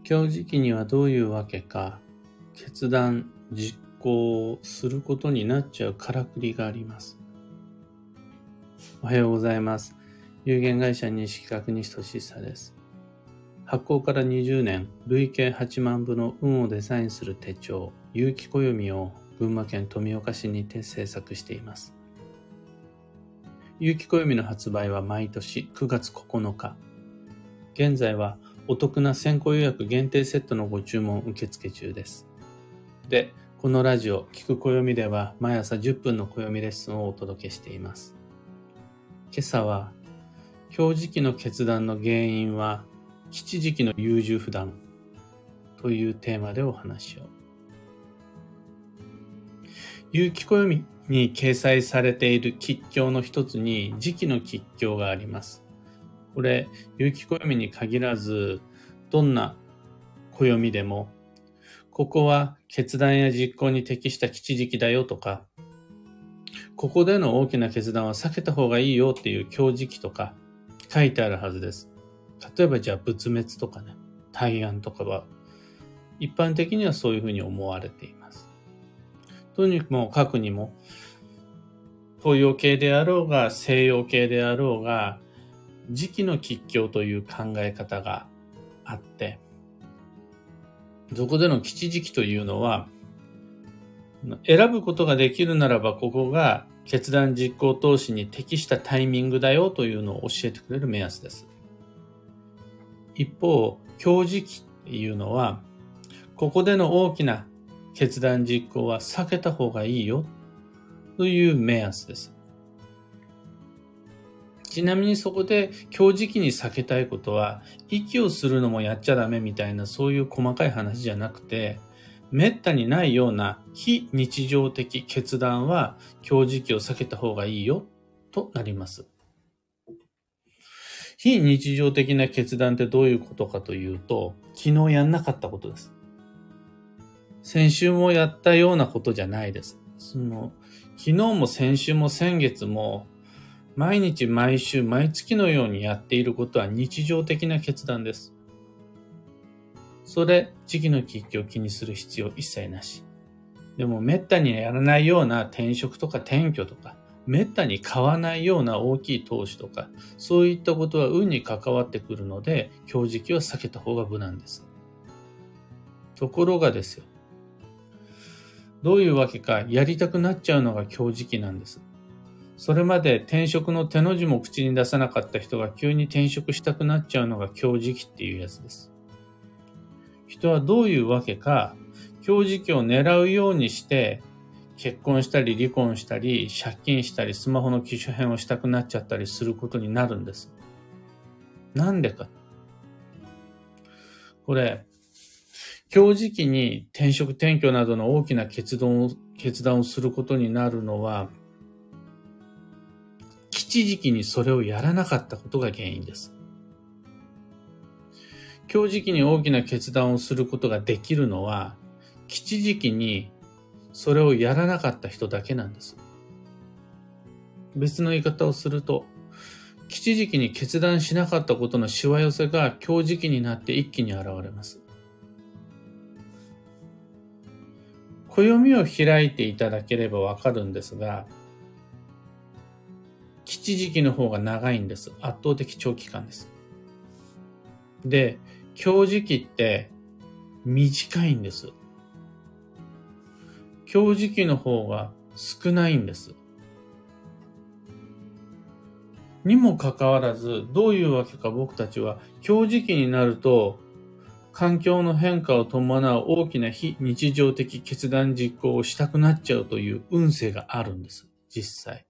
今日時期にはどういうわけか、決断、実行することになっちゃうからくりがあります。おはようございます。有限会社西企画西俊久です。発行から20年、累計8万部の運をデザインする手帳、有機暦を群馬県富岡市にて制作しています。有機暦の発売は毎年9月9日。現在はお得な先行予約限定セットのご注文受付中です。で、このラジオ、聞く暦では毎朝10分の暦レッスンをお届けしています。今朝は、今日時期の決断の原因は、吉時期の優柔不断というテーマでお話を。有機暦に掲載されている吉凶の一つに時期の吉凶があります。これ、有機暦に限らず、どんな暦でも、ここは決断や実行に適した吉時期だよとか、ここでの大きな決断は避けた方がいいよっていう強時期とか書いてあるはずです。例えばじゃあ仏滅とかね、大安とかは、一般的にはそういうふうに思われています。とにもかくにも、東洋系であろうが西洋系であろうが、時期の吉凶という考え方があって、そこでの吉時期というのは、選ぶことができるならばここが決断実行投資に適したタイミングだよというのを教えてくれる目安です。一方、強時期っていうのは、ここでの大きな決断実行は避けた方がいいよという目安です。ちなみにそこで強時期に避けたいことは、息をするのもやっちゃダメみたいなそういう細かい話じゃなくて、めったにないような非日常的決断は強時期を避けた方がいいよとなります。非日常的な決断ってどういうことかというと、昨日やんなかったことです。先週もやったようなことじゃないです。昨日も先週も先月も毎日毎週毎月のようにやっていることは日常的な決断です。それ、時期の吉凶を気にする必要一切なし。でも滅多にやらないような転職とか転居とか、滅多に買わないような大きい投資とか、そういったことは運に関わってくるので、強時期は避けた方が無難です。ところがですよ。どういうわけかやりたくなっちゃうのが強時期なんです。それまで転職の手の字も口に出さなかった人が急に転職したくなっちゃうのが強時期っていうやつです。人はどういうわけか強時期を狙うようにして結婚したり離婚したり借金したりスマホの機種変をしたくなっちゃったりすることになるんです。なんでか。これ、強時期に転職転居などの大きな決断をすることになるのは、吉時期にそれをやらなかったことが原因です。強時期に大きな決断をすることができるのは、吉時期にそれをやらなかった人だけなんです。別の言い方をすると、吉時期に決断しなかったことのしわ寄せが強時期になって一気に現れます。暦を開いていただければわかるんですが、吉時期の方が長いんです。圧倒的長期間です。で、強時期って短いんです。強時期の方が少ないんです。にもかかわらず、どういうわけか僕たちは強時期になると環境の変化を伴う大きな非日常的決断実行をしたくなっちゃうという運勢があるんです。実際。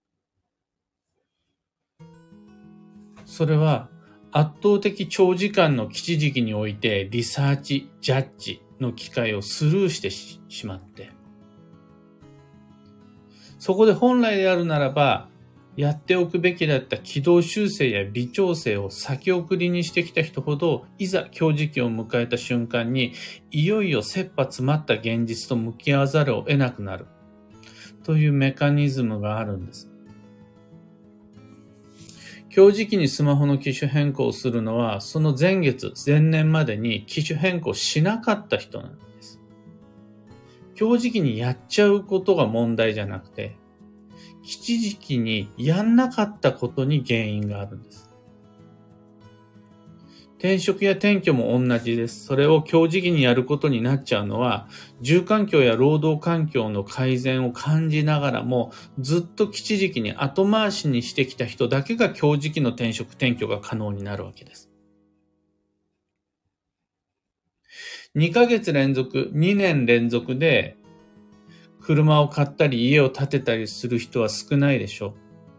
それは圧倒的長時間の吉時期においてリサーチ、ジャッジの機会をスルーしてしまって、そこで本来であるならば、やっておくべきだった軌道修正や微調整を先送りにしてきた人ほど、いざ強時期を迎えた瞬間に、いよいよ切羽詰まった現実と向き合わざるを得なくなるというメカニズムがあるんです。 今日時期にスマホの機種変更をするのは、その前年までに機種変更しなかった人なんです。今日時期にやっちゃうことが問題じゃなくて、吉時期にやんなかったことに原因があるんです。転職や転居も同じです。それを今日時期にやることになっちゃうのは、住環境や労働環境の改善を感じながらも、ずっと吉時期に後回しにしてきた人だけが今日時期の転職転居が可能になるわけです。2ヶ月連続、2年連続で車を買ったり家を建てたりする人は少ないでしょう。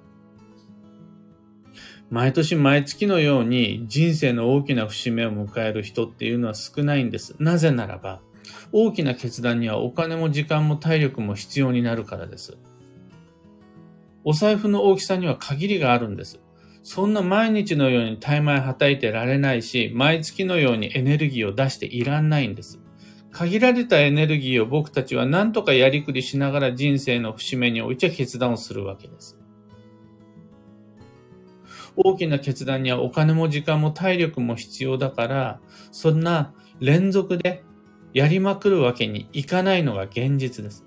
毎年毎月のように人生の大きな節目を迎える人っていうのは少ないんです。なぜならば、大きな決断にはお金も時間も体力も必要になるからです。お財布の大きさには限りがあるんです。そんな毎日のように怠慢はたいてられないし、毎月のようにエネルギーを出していらんないんです。限られたエネルギーを僕たちは何とかやりくりしながら人生の節目において決断をするわけです。大きな決断にはお金も時間も体力も必要だから、そんな連続でやりまくるわけにいかないのが現実です。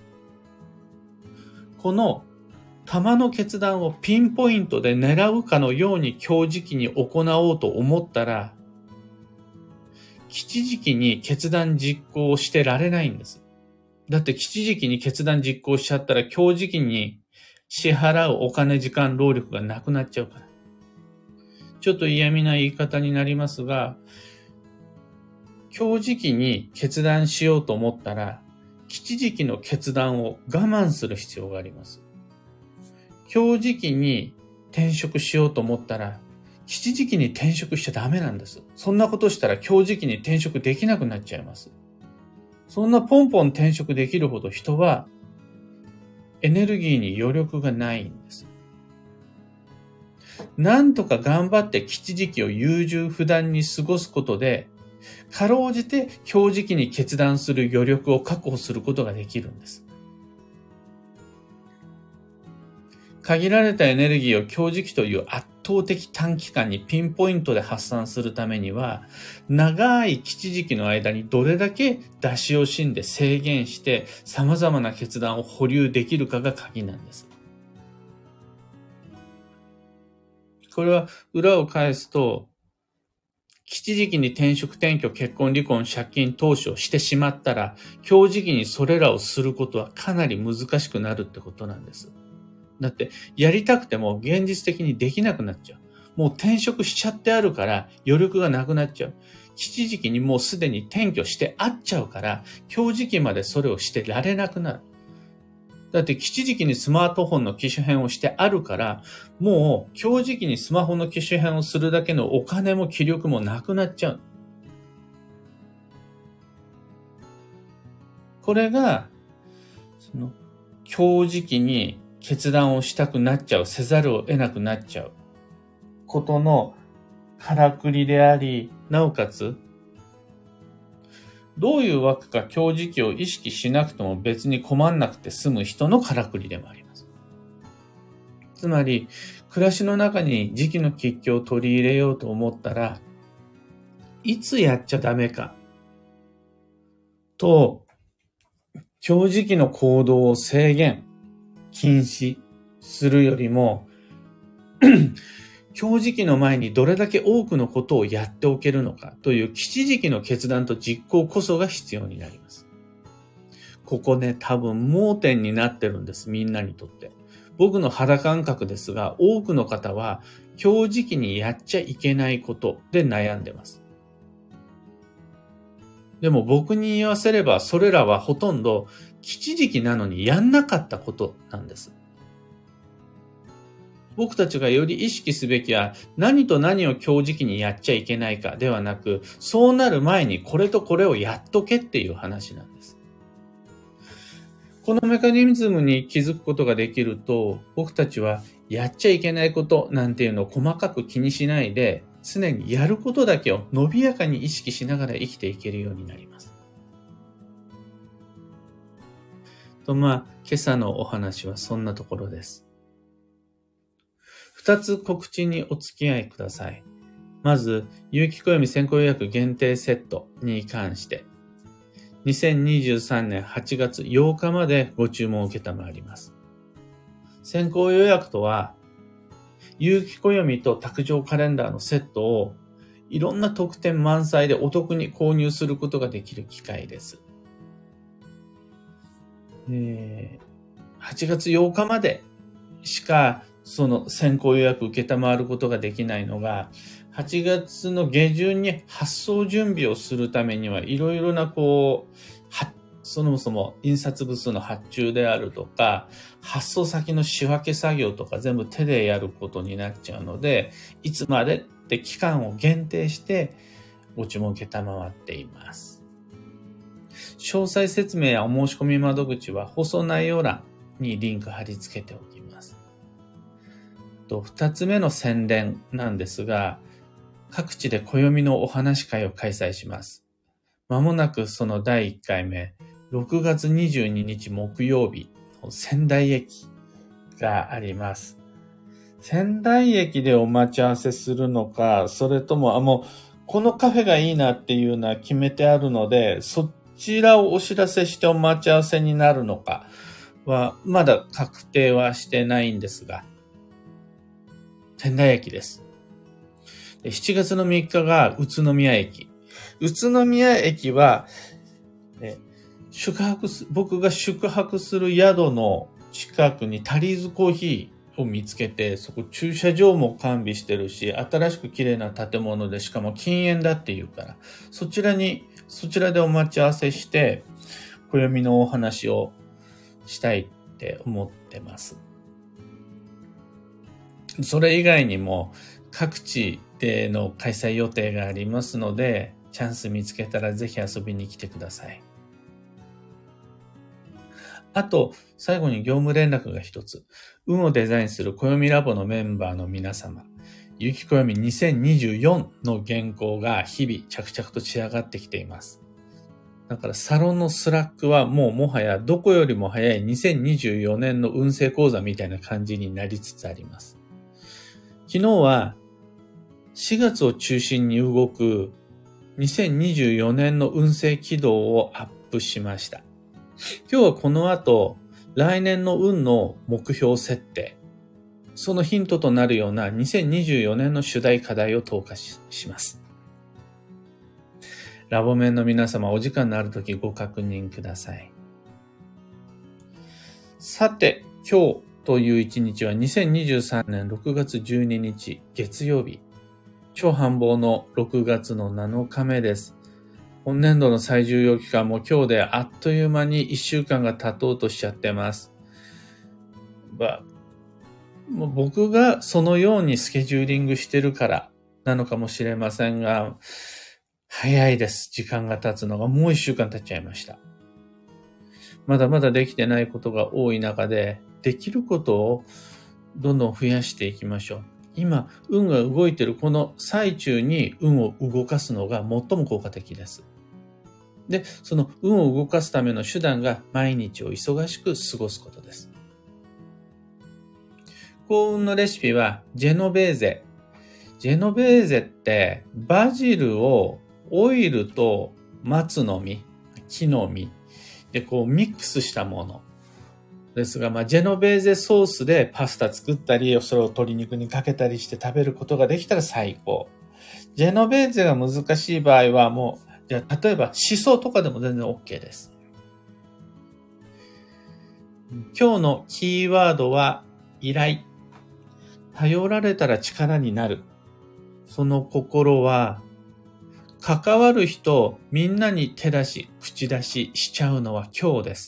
この玉の決断をピンポイントで狙うかのように今日時期に行おうと思ったら、吉時期に決断実行してられないんです。だって吉時期に決断実行しちゃったら今日時期に支払うお金、時間、労力がなくなっちゃうから。ちょっと嫌味な言い方になりますが、今日時期に決断しようと思ったら、吉時期の決断を我慢する必要があります。今日時期に転職しようと思ったら、吉時期に転職しちゃダメなんです。そんなことしたら今日時期に転職できなくなっちゃいます。そんなポンポン転職できるほど人はエネルギーに余力がないんです。なんとか頑張って吉時期を優柔不断に過ごすことで、かろうじて今日時期に決断する余力を確保することができるんです。限られたエネルギーを今日時期という圧倒的短期間にピンポイントで発散するためには、長い吉時期の間にどれだけ出し惜しんで制限して様々な決断を保留できるかが鍵なんです。これは裏を返すと、吉時期に転職転居、結婚、離婚、借金、投資をしてしまったら、今日時期にそれらをすることはかなり難しくなるってことなんです。だって、やりたくても現実的にできなくなっちゃう。もう転職しちゃってあるから余力がなくなっちゃう。吉時期にもうすでに転居してあっちゃうから、今日時期までそれをしてられなくなる。だって吉時期にスマートフォンの機種変をしてあるから、もう今日時期にスマホの機種変をするだけのお金も気力もなくなっちゃう。これが、今日時期に決断をしたくなっちゃう、せざるを得なくなっちゃうことのからくりであり、なおかつ、どういうわけか今日時期を意識しなくても別に困んなくて済む人のからくりでもあります。つまり、暮らしの中に時期の吉凶を取り入れようと思ったら、いつやっちゃダメかと、今日時期の行動を制限、禁止するよりも、今日時期の前にどれだけ多くのことをやっておけるのかという吉時期の決断と実行こそが必要になります。ここね、多分盲点になってるんです、みんなにとって。僕の肌感覚ですが、多くの方は今日時期にやっちゃいけないことで悩んでます。でも僕に言わせれば、それらはほとんど吉時期なのにやんなかったことなんです。僕たちがより意識すべきは何と何を今日時期にやっちゃいけないかではなく、そうなる前にこれとこれをやっとけっていう話なんです。このメカニズムに気づくことができると、僕たちはやっちゃいけないことなんていうのを細かく気にしないで、常にやることだけを伸びやかに意識しながら生きていけるようになります。と今朝のお話はそんなところです。 2つ告知にお付き合いください。まず、有機暦先行予約限定セットに関して、2023年8月8日までご注文を受けたまわります。先行予約とは、有機暦と卓上カレンダーのセットをいろんな特典満載でお得に購入することができる機会です。8月8日までしかその先行予約受けたまわることができないのが、8月の下旬に発送準備をするためにはいろいろなそもそも印刷物の発注であるとか、発送先の仕分け作業とか全部手でやることになっちゃうので、いつまでって期間を限定してご注文を受けたまわっています。詳細説明やお申し込み窓口は放送内容欄にリンク貼り付けておきます。2つ目の宣伝なんですが、各地で暦のお話会を開催します。まもなくその第1回目、6月22日木曜日の仙台駅があります。仙台駅でお待ち合わせするのか、それとも、もうこのカフェがいいなっていうのは決めてあるので、そちらをお知らせしてお待ち合わせになるのかは、まだ確定はしてないんですが、仙台駅です。7月の3日が宇都宮駅。宇都宮駅は、僕が宿泊する宿の近くにタリーズコーヒーを見つけて、そこ駐車場も完備してるし、新しく綺麗な建物で、しかも禁煙だっていうから、そちらでお待ち合わせして、暦のお話をしたいって思ってます。それ以外にも各地での開催予定がありますので、チャンス見つけたらぜひ遊びに来てください。あと、最後に業務連絡が一つ。運をデザインする暦ラボのメンバーの皆様、有機暦2024の原稿が日々着々と仕上がってきています。だからサロンのスラックはもはやどこよりも早い2024年の運勢講座みたいな感じになりつつあります。昨日は4月を中心に動く2024年の運勢軌道をアップしました。今日はこの後、来年の運の目標設定、そのヒントとなるような2024年の主題課題を投下します。ラボメンの皆様、お時間のあるときご確認ください。さて、今日という一日は2023年6月12日月曜日。超繁忙の6月の7日目です。本年度の最重要期間も今日であっという間に1週間が経とうとしちゃってます。もう僕がそのようにスケジューリングしてるからなのかもしれませんが、早いです。時間が経つのがもう1週間経っちゃいました。まだまだできてないことが多い中で、できることをどんどん増やしていきましょう。今、運が動いているこの最中に運を動かすのが最も効果的です。で、その運を動かすための手段が毎日を忙しく過ごすことです。幸運のレシピはジェノベーゼ。ジェノベーゼってバジルをオイルと松の実、木の実でミックスしたもの。ですが、ジェノベーゼソースでパスタ作ったり、それを鶏肉にかけたりして食べることができたら最高。ジェノベーゼが難しい場合はじゃあ例えばシソとかでも全然 OK です。今日のキーワードは依頼。頼られたら力になる。その心は、関わる人、みんなに手出し、口出ししちゃうのは今日です。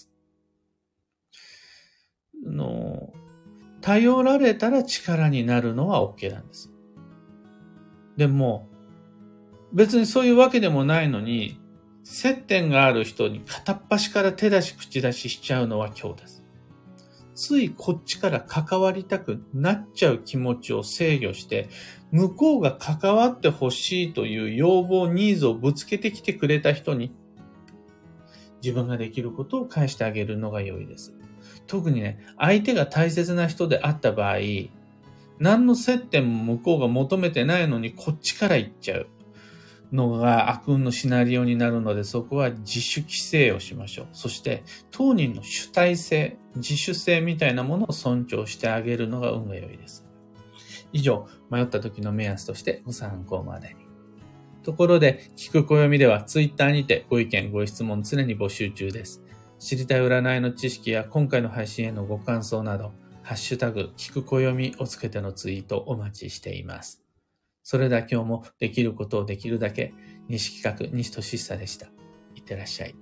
頼られたら力になるのは OK なんです。でも、別にそういうわけでもないのに、接点がある人に片っ端から手出し口出ししちゃうのは今日です。ついこっちから関わりたくなっちゃう気持ちを制御して、向こうが関わってほしいという要望、ニーズをぶつけてきてくれた人に、自分ができることを返してあげるのが良いです。特にね、相手が大切な人であった場合、 何の接点も向こうが求めてないのにこっちから行っちゃうのが悪運のシナリオになるので、そこは自主規制をしましょう。そして当人の主体性、自主性みたいなものを尊重してあげるのが運が良いです。以上、迷った時の目安としてご参考までに。ところで、聞く暦ではツイッターにてご意見、ご質問常に募集中です。知りたい占いの知識や今回の配信へのご感想など、ハッシュタグ、聞く暦をつけてのツイートお待ちしています。それでは今日もできることをできるだけ、西企画、西俊久でした。いってらっしゃい。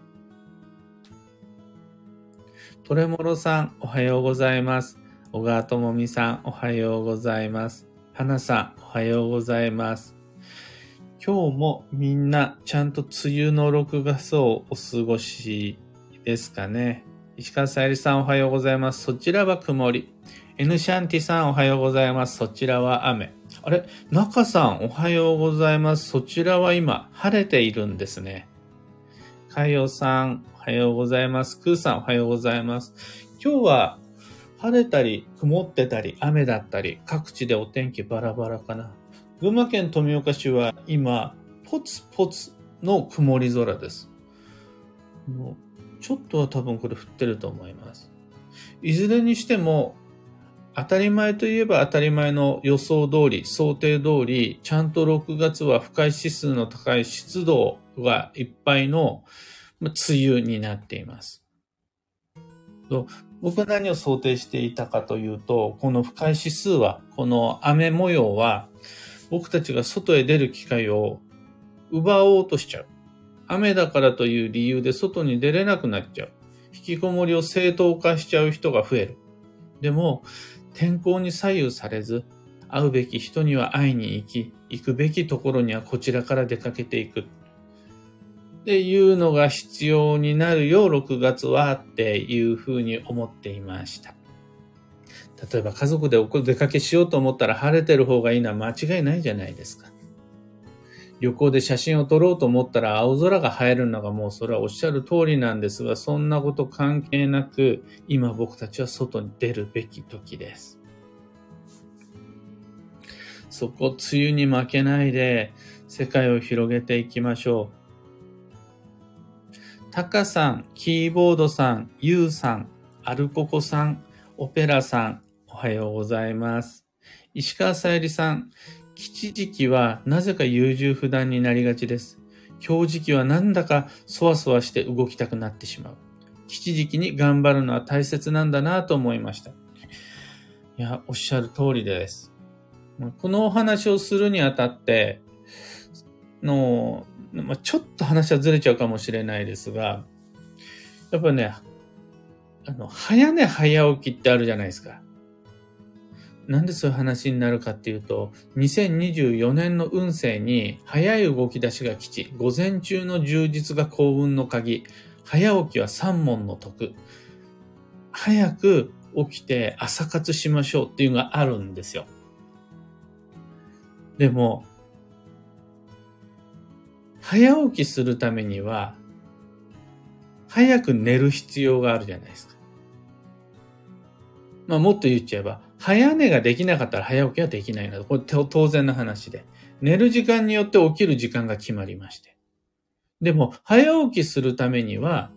トレモロさん、おはようございます。小川智美さん、おはようございます。花さん、おはようございます。今日もみんなちゃんと梅雨の6月をお過ごしですかね。石川さゆりさんおはようございます。そちらは曇り。N シャンティさんおはようございます。そちらは雨。あれ、中さんおはようございます。そちらは今晴れているんですね。かよさんおはようございます。くーさんおはようございます。今日は晴れたり曇ってたり雨だったり各地でお天気バラバラかな。群馬県富岡市は今、ポツポツの曇り空です。ちょっとは多分これ降ってると思います。いずれにしても、当たり前といえば当たり前の予想通り、想定通り、ちゃんと6月は不快指数の高い湿度がいっぱいの梅雨になっています。僕は何を想定していたかというと、この不快指数は、この雨模様は、僕たちが外へ出る機会を奪おうとしちゃう。雨だからという理由で外に出れなくなっちゃう。引きこもりを正当化しちゃう人が増える。でも、天候に左右されず、会うべき人には会いに行き、行くべきところにはこちらから出かけていく。っていうのが必要になるよ、6月はっていうふうに思っていました。例えば家族でお出かけしようと思ったら晴れてる方がいいのは間違いないじゃないですか。旅行で写真を撮ろうと思ったら青空が映えるのがもうそれはおっしゃる通りなんですが、そんなこと関係なく今僕たちは外に出るべき時です。そこ梅雨に負けないで世界を広げていきましょう。タカさん、キーボードさん、ユウさん、アルココさん、オペラさん、おはようございます。石川さゆりさん、吉時期はなぜか優柔不断になりがちです。強時期はなんだかそわそわして動きたくなってしまう。吉時期に頑張るのは大切なんだなと思いました。いや、おっしゃる通りです。このお話をするにあたってちょっと話はずれちゃうかもしれないですが、やっぱね、早寝早起きってあるじゃないですか。なんでそういう話になるかっていうと、2024年の運勢に早い動き出しが吉、午前中の充実が幸運の鍵、早起きは三問の徳、早く起きて朝活しましょうっていうのがあるんですよ。でも、早起きするためには、早く寝る必要があるじゃないですか。もっと言っちゃえば、早寝ができなかったら早起きはできないので、これ当然の話で。寝る時間によって起きる時間が決まりまして。でも、早起きするためには、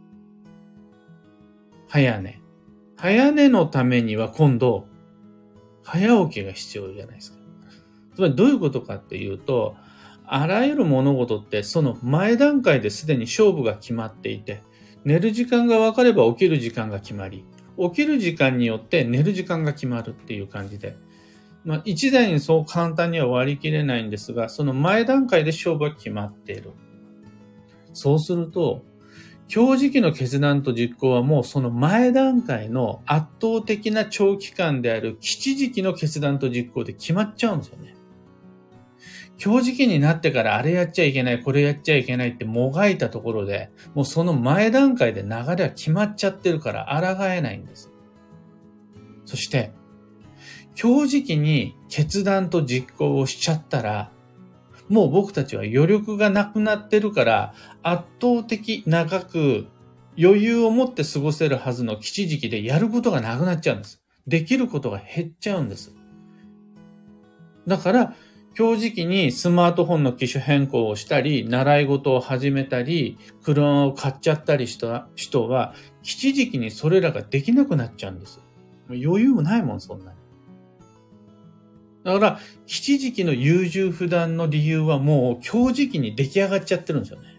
早寝。早寝のためには今度、早起きが必要じゃないですか。つまりどういうことかっていうと、あらゆる物事ってその前段階ですでに勝負が決まっていて、寝る時間が分かれば起きる時間が決まり、起きる時間によって寝る時間が決まるっていう感じで、一台にそう簡単には割り切れないんですが、その前段階で勝負が決まっている。そうすると、強時期の決断と実行はもうその前段階の圧倒的な長期間である吉時期の決断と実行で決まっちゃうんですよね。強時期になってからあれやっちゃいけない、これやっちゃいけないってもがいたところで、もうその前段階で流れは決まっちゃってるから抗えないんです。そして、強時期に決断と実行をしちゃったら、もう僕たちは余力がなくなってるから、圧倒的長く余裕を持って過ごせるはずの吉時期でやることがなくなっちゃうんです。できることが減っちゃうんです。 だから、今日時期にスマートフォンの機種変更をしたり、習い事を始めたり、車を買っちゃったりした人は、吉時期にそれらができなくなっちゃうんです。もう余裕もないもん、そんなに。だから、吉時期の優柔不断の理由はもう今日時期に出来上がっちゃってるんですよね。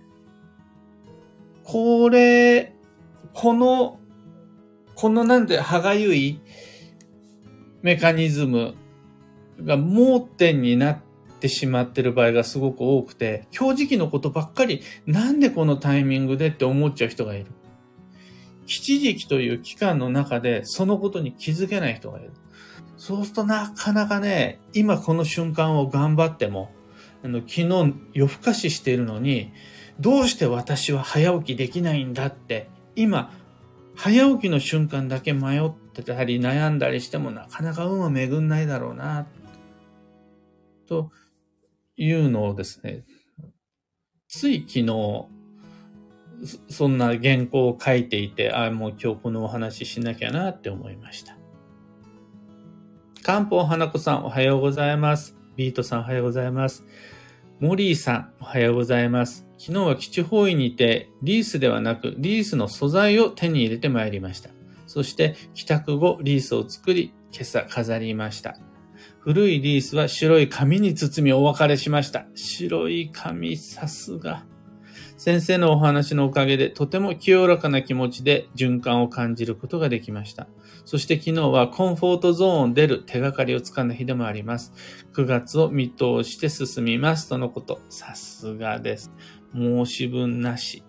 このなんて歯がゆいメカニズムが盲点になってしまってる場合がすごく多くて、今日時期のことばっかりなんでこのタイミングでって思っちゃう人がいる。吉時期という期間の中でそのことに気づけない人がいる。そうするとなかなかね、今この瞬間を頑張っても、昨日夜更かししているのに、どうして私は早起きできないんだって、今、早起きの瞬間だけ迷ってたり悩んだりしてもなかなか運は巡んないだろうな、というのをですね、つい昨日、そんな原稿を書いていて、もう今日このお話ししなきゃなって思いました。漢方花子さんおはようございます。ビートさんおはようございます。モリーさんおはようございます。昨日は基地方位にてリースではなくリースの素材を手に入れてまいりました。そして帰宅後リースを作り今朝飾りました。古いリースは白い紙に包みお別れしました。白い紙さすが。先生のお話のおかげでとても清らかな気持ちで循環を感じることができました。そして昨日はコンフォートゾーンを出る手がかりをつかんだ日でもあります。9月を見通して進みますとのこと。さすがです。申し分なし。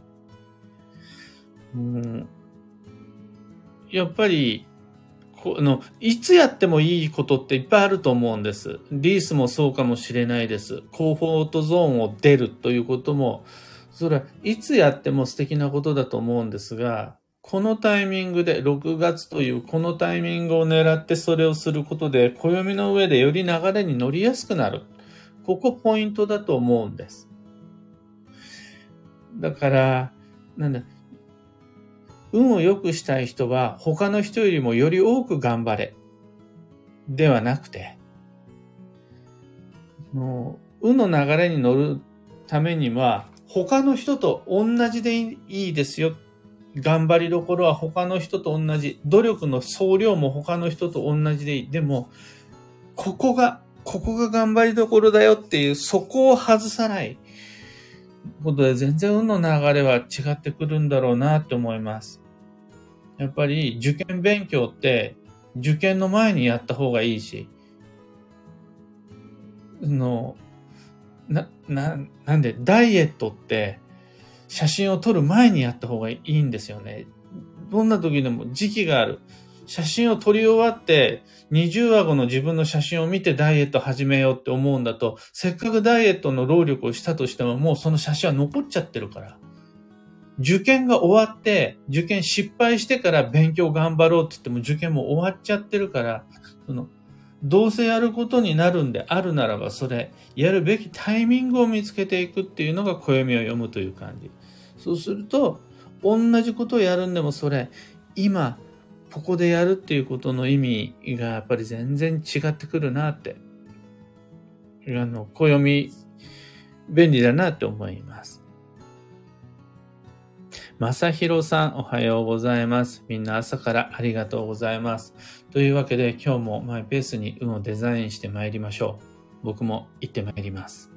やっぱりいつやってもいいことっていっぱいあると思うんです。リースもそうかもしれないです。コンフォートゾーンを出るということも、それはいつやっても素敵なことだと思うんですが、このタイミングで6月というこのタイミングを狙ってそれをすることで、暦の上でより流れに乗りやすくなる。ここポイントだと思うんです。だから、運を良くしたい人は他の人よりもより多く頑張れ。ではなくて、運の流れに乗るためには他の人と同じでいいですよ。頑張りどころは他の人と同じ。努力の総量も他の人と同じでいい。でも、ここが頑張りどころだよっていう、そこを外さないことで全然運の流れは違ってくるんだろうなって思います。やっぱり受験勉強って受験の前にやった方がいいし、なんでダイエットって写真を撮る前にやった方がいいんですよね。どんな時でも時期がある。写真を撮り終わって20話後の自分の写真を見てダイエット始めようって思うんだと、せっかくダイエットの労力をしたとしてももうその写真は残っちゃってるから。受験が終わって、受験失敗してから勉強頑張ろうって言っても受験も終わっちゃってるから、どうせやることになるんであるならば、それ、やるべきタイミングを見つけていくっていうのが暦を読むという感じ。そうすると、同じことをやるんでもそれ、今、ここでやるっていうことの意味がやっぱり全然違ってくるなって。暦、便利だなって思います。まさひろさん、おはようございます。みんな朝からありがとうございます。というわけで今日もマイペースに運をデザインしてまいりましょう。僕も行ってまいります。